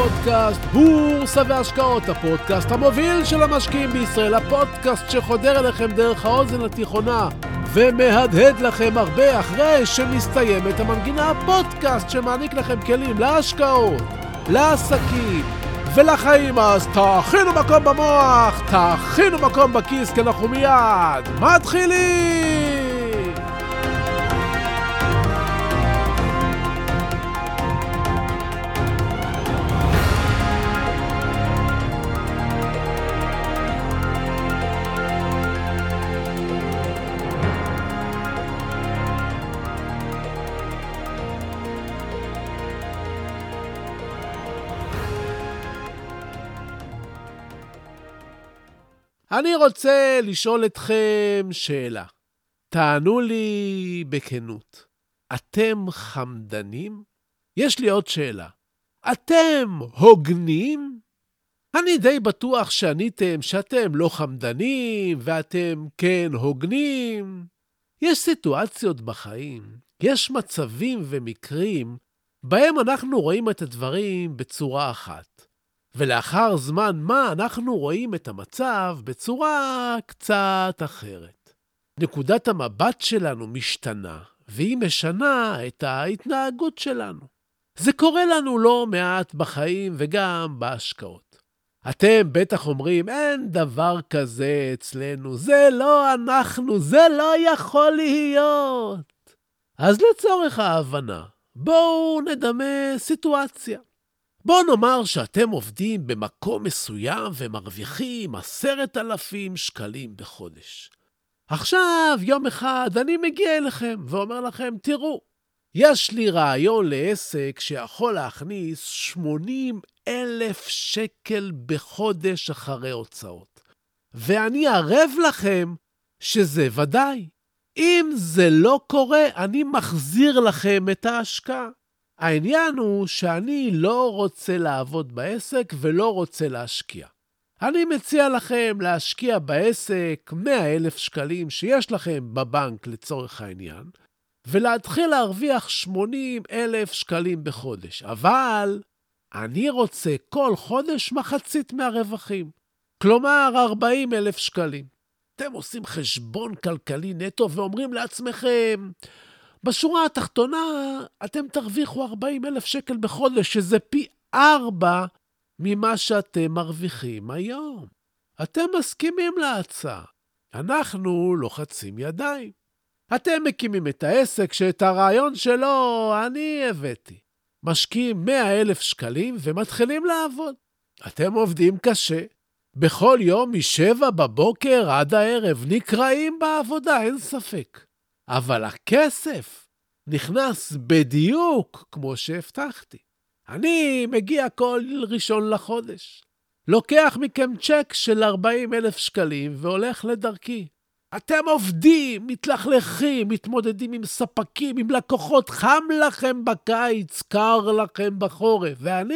לפודקאסט בורסה והשקעות, הפודקאסט המוביל של המשקיעים בישראל, הפודקאסט שחודר אליכם דרך האוזן התיכונה ומהדהד לכם הרבה אחרי שמסתיימת המנגינה, הפודקאסט שמעניק לכם כלים להשקעות, לעסקים ולחיים. אז תכינו מקום במוח, תכינו מקום בכיס, כי אנחנו מיד מתחילים. אני רוצה לשאול אתכם שאלה. תענו לי בכנות. אתם חמדנים? יש לי עוד שאלה. אתם הוגנים? אני די בטוח שעניתם שאתם לא חמדנים ואתם כן הוגנים. יש סיטואציות בחיים, יש מצבים ומקרים בהם אנחנו רואים את הדברים בצורה אחת. ולאחר זמן מה אנחנו רואים את המצב בצורה קצת אחרת. נקודת המבט שלנו משתנה, והיא משנה את ההתנהגות שלנו. זה קורה לנו לא מעט בחיים וגם בהשקעות. אתם בטח אומרים, אין דבר כזה אצלנו, זה לא אנחנו, זה לא יכול להיות. אז לצורך ההבנה, בואו נדמה סיטואציה. בואו נאמר שאתם עובדים במקום מסוים ומרוויחים 10,000 שקלים בחודש. עכשיו, יום אחד אני מגיע אליכם ואומר לכם, תראו, יש לי רעיון לעסק שיכול להכניס 80,000 שקל בחודש אחרי הוצאות. ואני ערב לכם שזה ודאי. אם זה לא קורה, אני מחזיר לכם את ההשקעה. העניין הוא שאני לא רוצה לעבוד בעסק ולא רוצה להשקיע. אני מציע לכם להשקיע בעסק 100,000 שקלים שיש לכם בבנק לצורך העניין, ולהתחיל להרוויח 80,000 שקלים בחודש. אבל אני רוצה כל חודש מחצית מהרווחים, כלומר 40,000 שקלים. אתם עושים חשבון כלכלי נטו ואומרים לעצמכם, בשורה התחתונה, אתם תרוויחו 40,000 שקל בחודש, שזה פי 4 ממה שאתם מרוויחים היום. אתם מסכימים להצעה. אנחנו לוחצים ידיים. אתם מקימים את העסק שאת הרעיון שלו אני הבאתי. משקיעים 100,000 שקלים ומתחילים לעבוד. אתם עובדים קשה. בכל יום מ-7 בבוקר עד הערב נקראים בעבודה, אין ספק. אבל הכסף נכנס בדיוק כמו שהבטחתי. אני מגיע כל ראשון לחודש. לוקח מכם צ'ק של 40,000 שקלים והולך לדרכי. אתם עובדים, מתלכלכים, מתמודדים עם ספקים, עם לקוחות, חם לכם בקיץ, קר לכם בחורף.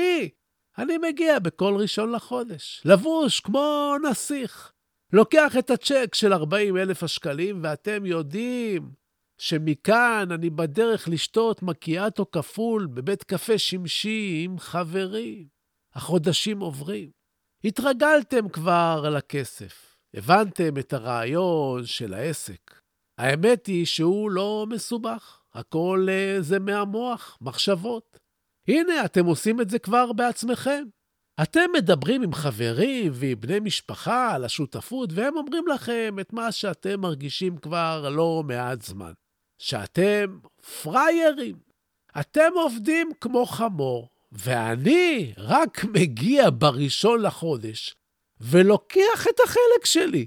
ואני מגיע בכל ראשון לחודש. לבוש כמו נסיך. לוקח את הצ'ק של 40,000 השקלים ואתם יודעים שמכאן אני בדרך לשתות מקיאטו כפול בבית קפה שמשי עם חברים. החודשים עוברים. התרגלתם כבר לכסף. הבנתם את הרעיון של העסק. האמת היא שהוא לא מסובך. הכל זה מהמוח, מחשבות. הנה, אתם עושים את זה כבר בעצמכם. אתם מדברים עם חברים ועם בני משפחה על השותפות, והם אומרים לכם את מה שאתם מרגישים כבר לא מעט זמן. שאתם פריירים. אתם עובדים כמו חמור, ואני רק מגיע בראשון לחודש, ולוקח את החלק שלי.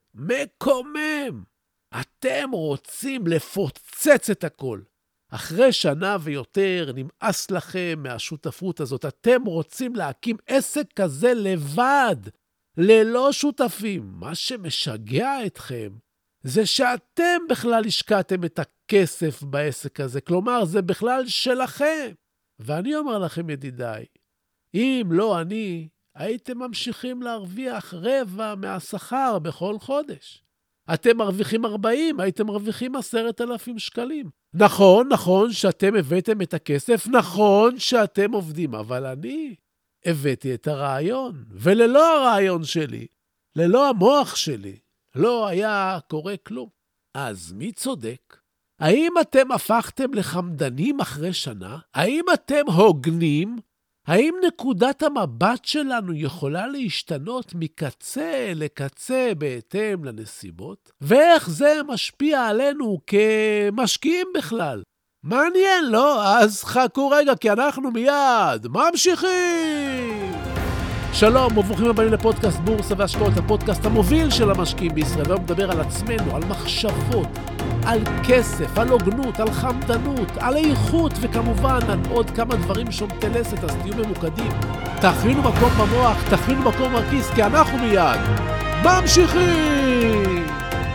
מקומם. אתם רוצים לפוצץ את הכל. אחרי שנה ויותר נמאס לכם מהשותפות הזאת. אתם רוצים להקים עסק כזה לבד, ללא שותפים. מה שמשגע אתכם, זה שאתם בכלל השקעתם את הכסף בעסק הזה. כלומר, זה בכלל שלכם. ואני אומר לכם, ידידיי, אם לא אני, הייתם ממשיכים להרוויח רבע מהשכר בכל חודש. אתם מרוויחים 40, הייתם מרוויחים 10,000 שקלים. נכון שאתם הבאתם את הכסף, נכון שאתם עובדים, אבל אני, הבאתי את הרעיון, וללא הרעיון שלי, ללא המוח שלי, לא היה קורה כלום. אז מי צודק? האם אתם הפכתם לחמדנים אחרי שנה? האם אתם הוגנים? האם נקודת המבט שלנו יכולה להשתנות מקצה לקצה בהתאם לנסיבות? ואיך זה משפיע עלינו כמשקיעים בכלל? מעניין, לא? אז חכו רגע, כי אנחנו מיד ממשיכים! שלום, וברוכים הבאים לפודקאסט בורסה והשקעות, הפודקאסט המוביל של המשקיעים בישראל. היום מדבר על עצמנו, על מחשבות, על כסף, על הוגנות, על חמדנות, על איכות, וכמובן על עוד כמה דברים שומטי לסת, אז תהיו ממוקדים. תכינו מקום במוח, תכינו מקום בכיס, כי אנחנו מיד ממשיכים!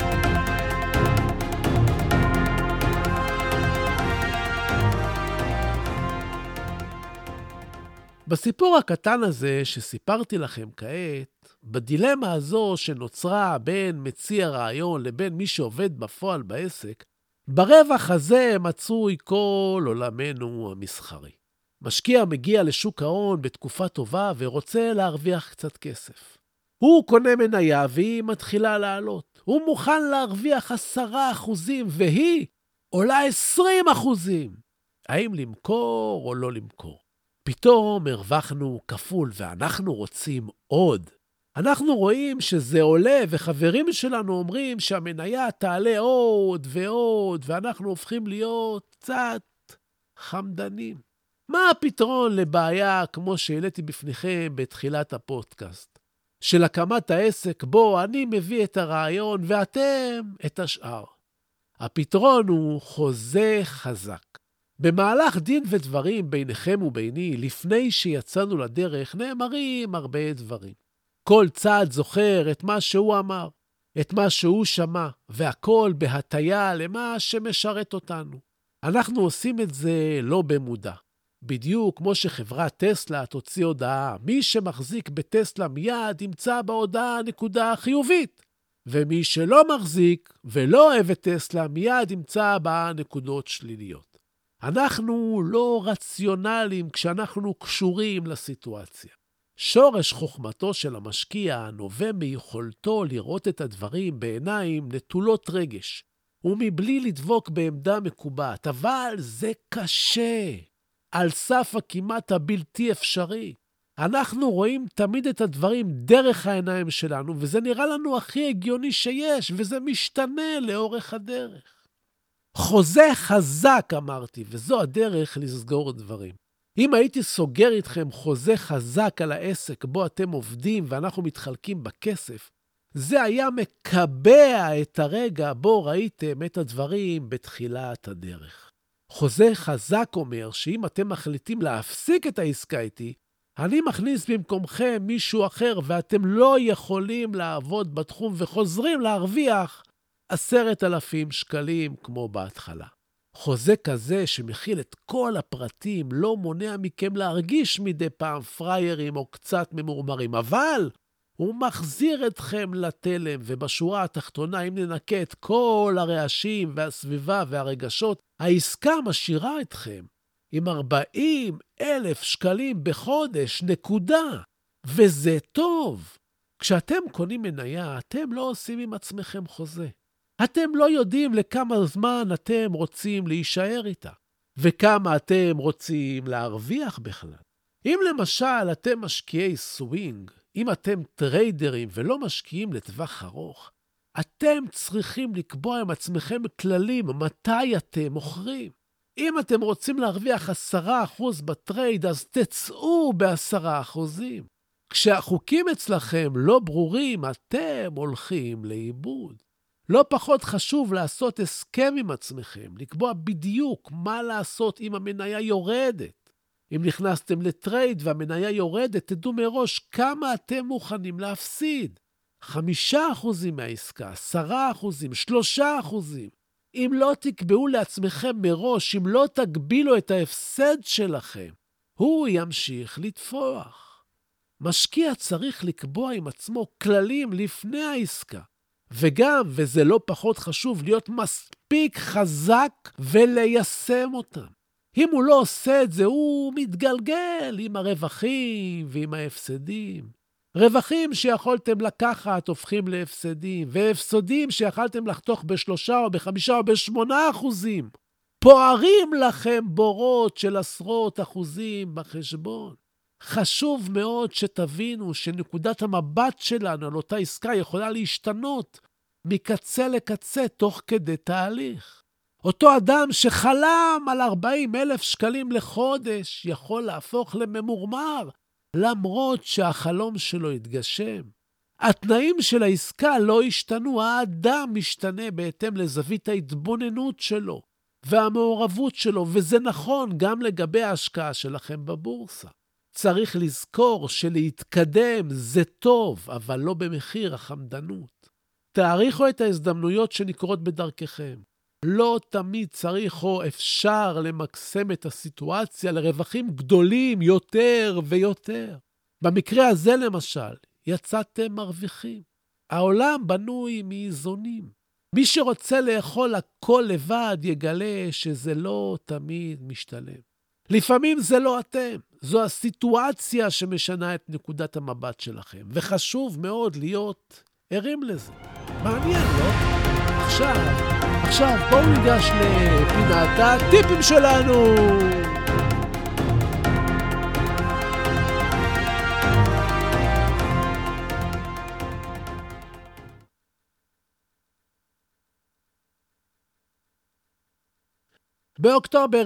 בסיפור הקטן הזה שסיפרתי לכם כעת, בדילמה הזו שנוצרה בין מציע רעיון לבין מי שעובד בפועל בעסק, ברווח הזה מצוי כל עולמנו המסחרי. משקיע מגיע לשוק ההון בתקופה טובה ורוצה להרוויח קצת כסף. הוא קונה מניה והיא מתחילה לעלות. הוא מוכן להרוויח 10% והיא עולה 20%. האם למכור או לא למכור? פתאום הרווחנו כפול ואנחנו רוצים עוד. אנחנו רואים שזה עולה וחברים שלנו אומרים שהמניה תעלה עוד ועוד ואנחנו הופכים להיות קצת חמדנים. מה הפתרון לבעיה כמו שהעליתי בפניכם בתחילת הפודקאסט? של הקמת העסק בו אני מביא את הרעיון ואתם את השאר. הפתרון הוא חוזה חזק. במהלך דין ודברים ביניכם וביני, לפני שיצאנו לדרך, נאמרים הרבה דברים. כל צד זוכר את מה שהוא אמר, את מה שהוא שמע, והכל בהטיה למה שמשרת אותנו. אנחנו עושים את זה לא במודע. בדיוק כמו שחברת טסלה תוציא הודעה, מי שמחזיק בטסלה מיד ימצא בהודעה נקודה חיובית, ומי שלא מחזיק ולא אוהב את טסלה מיד ימצא בה נקודות שליליות. אנחנו לא רציונליים כשאנחנו קשורים לסיטואציה. שורש חוכמתו של המשקיע נובע מיכולתו לראות את הדברים בעיניים נטולות רגש, ומבלי לדבוק בעמדה מקובעת, אבל זה קשה, על סף הכמעט הבלתי אפשרי. אנחנו רואים תמיד את הדברים דרך העיניים שלנו, וזה נראה לנו הכי הגיוני שיש, וזה משתנה לאורך הדרך. חוזה חזק אמרתי, וזו הדרך לסגור דברים. אם הייתי סוגר איתכם חוזה חזק על העסק בו אתם עובדים ואנחנו מתחלקים בכסף, זה היה מקבע את הרגע בו ראיתם את הדברים בתחילת הדרך. חוזה חזק אומר שאם אתם מחליטים להפסיק את העסקה איתי, אני מכניס במקומכם מישהו אחר ואתם לא יכולים לעבוד בתחום וחוזרים להרוויח 10,000 שקלים כמו בהתחלה. חוזה כזה שמכיל את כל הפרטים לא מונע מכם להרגיש מדי פעם פריירים או קצת ממורמרים, אבל הוא מחזיר אתכם לתלם, ובשורה התחתונה, אם ננקה את כל הרעשים והסביבה והרגשות, העסקה משאירה אתכם עם 40,000 שקלים בחודש, נקודה. וזה טוב. כשאתם קונים מניה, אתם לא עושים עם עצמכם חוזה. אתם לא יודעים לכמה זמן אתם רוצים להישאר איתה, וכמה אתם רוצים להרוויח בכלל. אם למשל אתם משקיעי סווינג, אם אתם טריידרים ולא משקיעים לטווח ארוך, אתם צריכים לקבוע עם עצמכם כללים מתי אתם מוכרים. אם אתם רוצים להרוויח 10% בטרייד, אז תצאו ב10%. כשהחוקים אצלכם לא ברורים, אתם הולכים לאיבוד. לא פחות חשוב לעשות הסכם עם עצמכם, לקבוע בדיוק מה לעשות אם המניה יורדת. אם נכנסתם לטרייד והמניה יורדת, תדעו מראש כמה אתם מוכנים להפסיד. 5% מהעסקה, 10%, 3%. אם לא תקבעו לעצמכם מראש, אם לא תגבילו את ההפסד שלכם, הוא ימשיך לתפוח. משקיע צריך לקבוע עם עצמו כללים לפני העסקה. וגם, וזה לא פחות חשוב, להיות מספיק חזק וליישם אותם. אם הוא לא עושה את זה, הוא מתגלגל עם הרווחים ועם ההפסדים. רווחים שיכולתם לקחת הופכים להפסדים, והפסדים שיכולתם לחתוך ב3 או ב5 או ב8%. פוערים לכם בורות של עשרות אחוזים בחשבון. חשוב מאוד שתבינו שנקודת המבט שלנו על אותה עסקה יכולה להשתנות מקצה לקצה תוך כדי תהליך. אותו אדם שחלם על 40,000 שקלים לחודש יכול להפוך לממורמר, למרות שהחלום שלו יתגשם. התנאים של העסקה לא השתנו, האדם משתנה בהתאם לזווית ההתבוננות שלו והמעורבות שלו, וזה נכון גם לגבי ההשקעה שלכם בבורסה. צריך לזכור שלהתקדם זה טוב, אבל לא במחיר החמדנות. תעריכו את ההזדמנויות שנקרות בדרככם. לא תמיד צריך או אפשר למקסם את הסיטואציה לרווחים גדולים יותר ויותר. במקרה הזה למשל, יצאתם מרוויחים. העולם בנוי מאיזונים. מי שרוצה לאכול הכל לבד יגלה שזה לא תמיד משתלם. לפעמים זה לא אתם, זו הסיטואציה שמשנה את נקודת המבט שלכם, וחשוב מאוד להיות ערים לזה. מעניין, לא? עכשיו בואו ניגש לפינת הטיפים שלנו. באוקטובר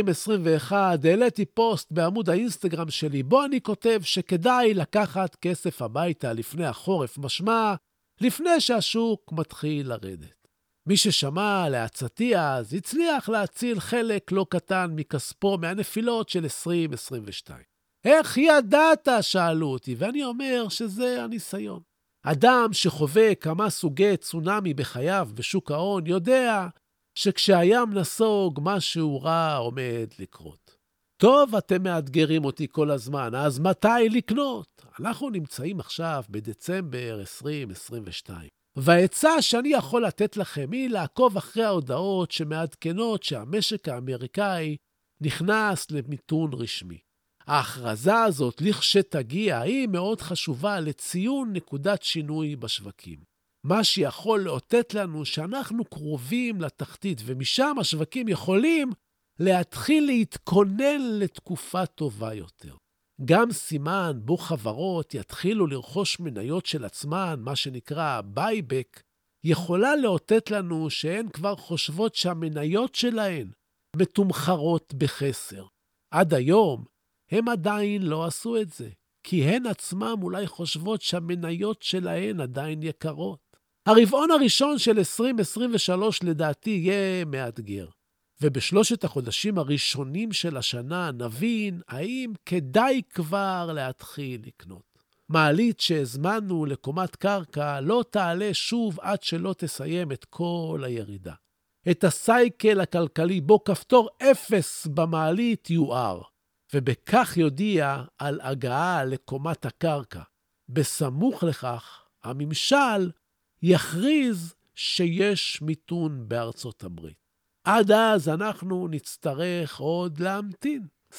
2021 העליתי פוסט בעמוד האינסטגרם שלי, בו אני כותב שכדאי לקחת כסף הביתה לפני החורף, משמע לפני שהשוק מתחיל לרדת. מי ששמע להצעתי אז הצליח להציל חלק לא קטן מכספו מהנפילות של 2022. איך ידעת? שאלו אותי, ואני אומר שזה הניסיון. אדם שחווה כמה סוגי צונמי בחייו בשוק ההון יודע שכשהים נסוג משהו רע עומד לקרות. טוב, אתם מאתגרים אותי כל הזמן, אז מתי לקנות? אנחנו נמצאים עכשיו בדצמבר 2022. והעצה שאני יכול לתת לכם היא לעקוב אחרי ההודעות שמעדכנות שהמשק האמריקאי נכנס למיתון רשמי. ההכרזה הזאת, לכשתגיע, היא מאוד חשובה לציון נקודת שינוי בשווקים. מה שיכול לאותת לנו שאנחנו קרובים לתחתית, ומשם השווקים יכולים להתחיל להתכונן לתקופה טובה יותר. גם סימן בו חברות יתחילו לרכוש מניות של עצמן, מה שנקרא בייבק, יכולה לאותת לנו שהן כבר חושבות שהמניות שלהן מתומחרות בחסר. עד היום הם עדיין לא עשו את זה, כי הן עצמם אולי חושבות שהמניות שלהן עדיין יקרות. הרבעון הראשון של 2023 לדעתי יהיה מאתגר. ובשלושת החודשים הראשונים של השנה נבין האם כדאי כבר להתחיל לקנות. מעלית שהזמנו לקומת קרקע לא תעלה שוב עד שלא תסיים את כל הירידה. את הסייקל הכלכלי בו כפתור 0 במעלית יואר, ובכך יודיע על הגעה לקומת הקרקע. בסמוך לכך, הממשל יכריז שיש מיתון בארצות הברית. עד אז אנחנו נצטרך עוד להמתין.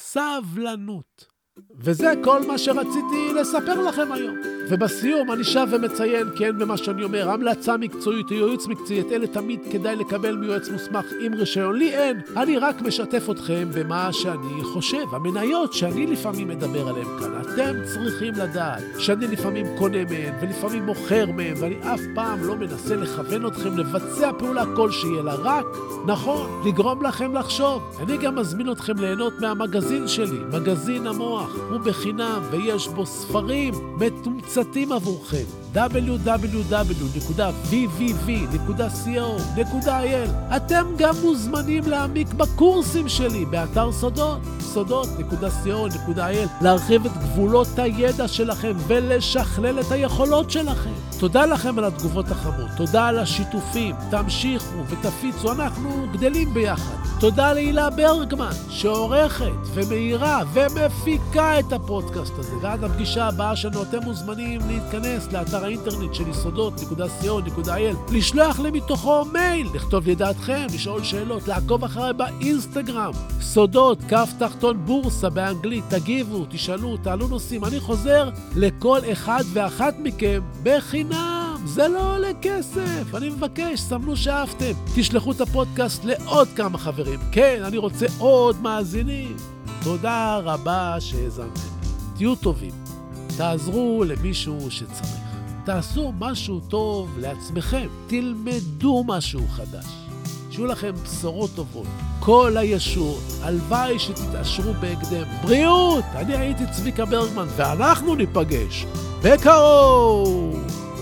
סבלנות. וזה כל מה שרציתי לספר לכם היום. ובסיום אני שב ומציין, כן, במה שאני אומר, המלצה מקצועית או ייעוץ מקצועי, את אלה תמיד כדאי לקבל מיועץ מוסמך עם רישיון. לי אין, אני רק משתף אתכם במה שאני חושב. המניות שאני לפעמים מדבר עליהן כאן, אתם צריכים לדעת שאני לפעמים קונה מהן ולפעמים מוכר מהן, ואני אף פעם לא מנסה לכוון אתכם לבצע פעולה כלשהי, אלא רק, נכון, לגרום לכם לחשוב. אני גם מזמין אתכם ליהנות מהמגזין שלי, מגזין המוח. הוא בחינם ויש בו ספרים מתומצתים עבורכם. www.vvv.co.il. אתם גם מוזמנים להעמיק בקורסים שלי באתר סודות, סודות.co.il, להרחיב את גבולות הידע שלכם ולשכלל את היכולות שלכם. תודה לכם על התגובות החמות, תודה על השיתופים, תמשיכו ותפיצו, אנחנו גדלים ביחד. תודה להילה ברגמן שעורכת ומאירה ומפיקה את הפודקאסט הזה. ועד הפגישה הבאה שלנו אתם מוזמנים להתכנס לאתר באתר האינטרנט של יסודות.co.il, לשלוח לי מתוכו מייל, לכתוב לי דעתכם, לשאול שאלות, לעקוב אחריי באינסטגרם. סודות, כף תחתון בורסה באנגלית, תגיבו, תשאלו, תעלו נושאים. אני חוזר לכל אחד ואחת מכם בחינם. זה לא עולה כסף. אני מבקש, סמנו שאהבתם. תשלחו את הפודקאסט לעוד כמה חברים. כן, אני רוצה עוד מאזינים. תודה רבה שהאזנתם. תהיו טובים. תעזרו למישהו שצריך. תעשו משהו טוב לעצמכם. תלמדו משהו חדש. שיהיו לכם בשורות טובות. כל הישועות, הלוואי שתתעשרו בהקדם. בריאות! אני הייתי צביקה ברגמן, ואנחנו ניפגש בקרוב!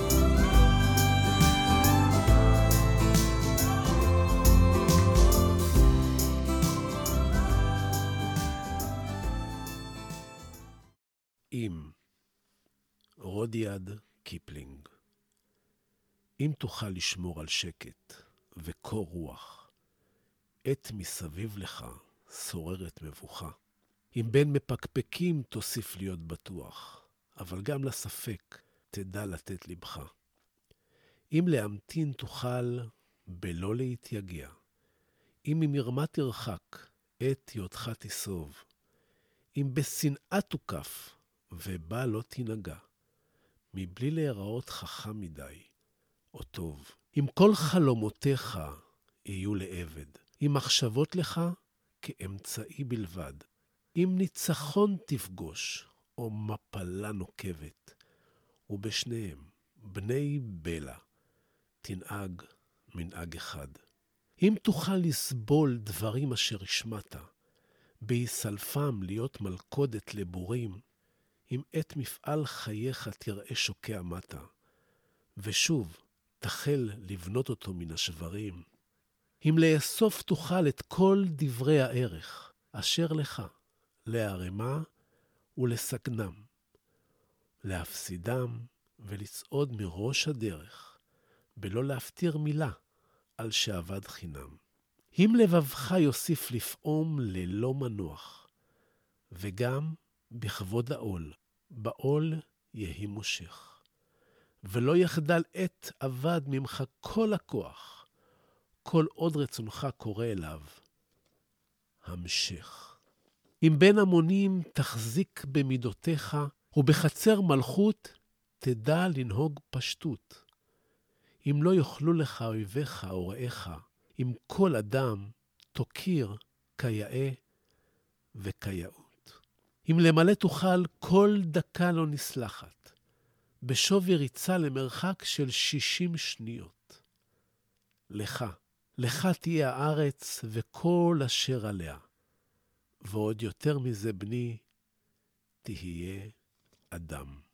אם רודיעד קיפלינג, אם תוכל לשמור על שקט וקור רוח, עת מסביב לך שוררת מבוכה. אם בין מפקפקים תוסיף להיות בטוח, אבל גם לספק תדע לתת לבך. אם להמתין תוכל בלא להתייגע, אם ממרמה תרחק, עת היותך תסוב, אם בשנאה תוקף ובה לא תנגע, מבלי להיראות חכם מדי או טוב. אם כל חלומותיך יהיו לעבד, אם מחשבות לך כאמצעי בלבד, אם ניצחון תפגוש או מפלה נוקבת, ובשניהם בני בלה תנהג מנהג אחד. אם תוכל לסבול דברים אשר השמעת, ביסלפם להיות מלכודת לבורים, אם עת מפעל חייך תראה שוקע מטה, ושוב תחל לבנות אותו מן השברים, אם לאסוף תוכל את כל דברי הערך, אשר לך, להרמה ולסגנם, להפסידם ולצעוד מראש הדרך, בלא להפתיר מילה על שעבד חינם. אם לבבך יוסיף לפעום ללא מנוח, וגם בכבוד העול, בעול יהי מושך, ולא יחדל עת עבד ממך כל הכוח, כל עוד רצונך קורא אליו, המשך. אם בין המונים תחזיק במידותיך, ובחצר מלכות תדע לנהוג פשטות. אם לא יאכלו לך אויביך או רעיך, אם כל אדם תוקיר כיאה וכיאות. אם למלא תוכל כל דקה לא נסלחת, בשווי ריצה למרחק של 60 שניות. לך תהיה הארץ וכל אשר עליה, ועוד יותר מזה בני, תהיה אדם.